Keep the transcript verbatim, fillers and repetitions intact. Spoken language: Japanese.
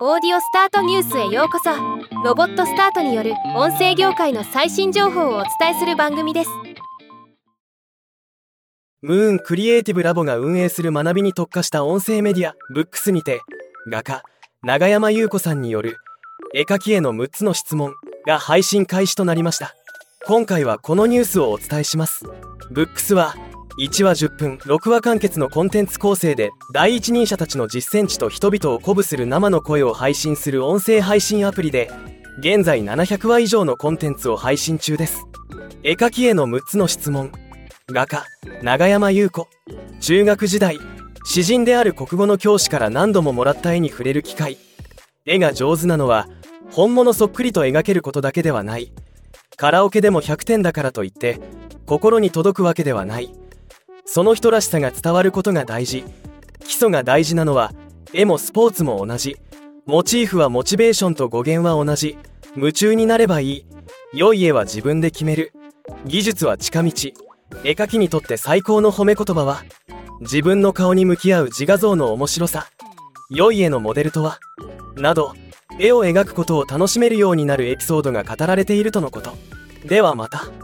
オーディオスタートニュースへようこそ。ロボットスタートによる音声業界の最新情報をお伝えする番組です。 ムーンクリエイティブラボが運営する学びに特化した音声メディアブックスにて、画家永山優子さんによる絵描きへのむっつの質問が配信開始となりました。今回はこのニュースをお伝えします。ブックスはいちわじゅっぷんろくわ完結のコンテンツ構成で、第一人者たちの実践地と人々を鼓舞する生の声を配信する音声配信アプリで、現在ななひゃくわ以上のコンテンツを配信中です。絵描きへのむっつの質問。画家永山優子。中学時代、詩人である国語の教師から何度ももらった絵に触れる機会。絵が上手なのは本物そっくりと描けることだけではない。カラオケでもひゃくてんだからといって心に届くわけではない。その人らしさが伝わることが大事。基礎が大事なのは絵もスポーツも同じ。モチーフはモチベーションと語源は同じ。夢中になればいい。良い絵は自分で決める。技術は近道。絵描きにとって最高の褒め言葉は自分の顔に向き合う自画像の面白さ。良い絵のモデルとはなど、絵を描くことを楽しめるようになるエピソードが語られているとのこと。ではまた。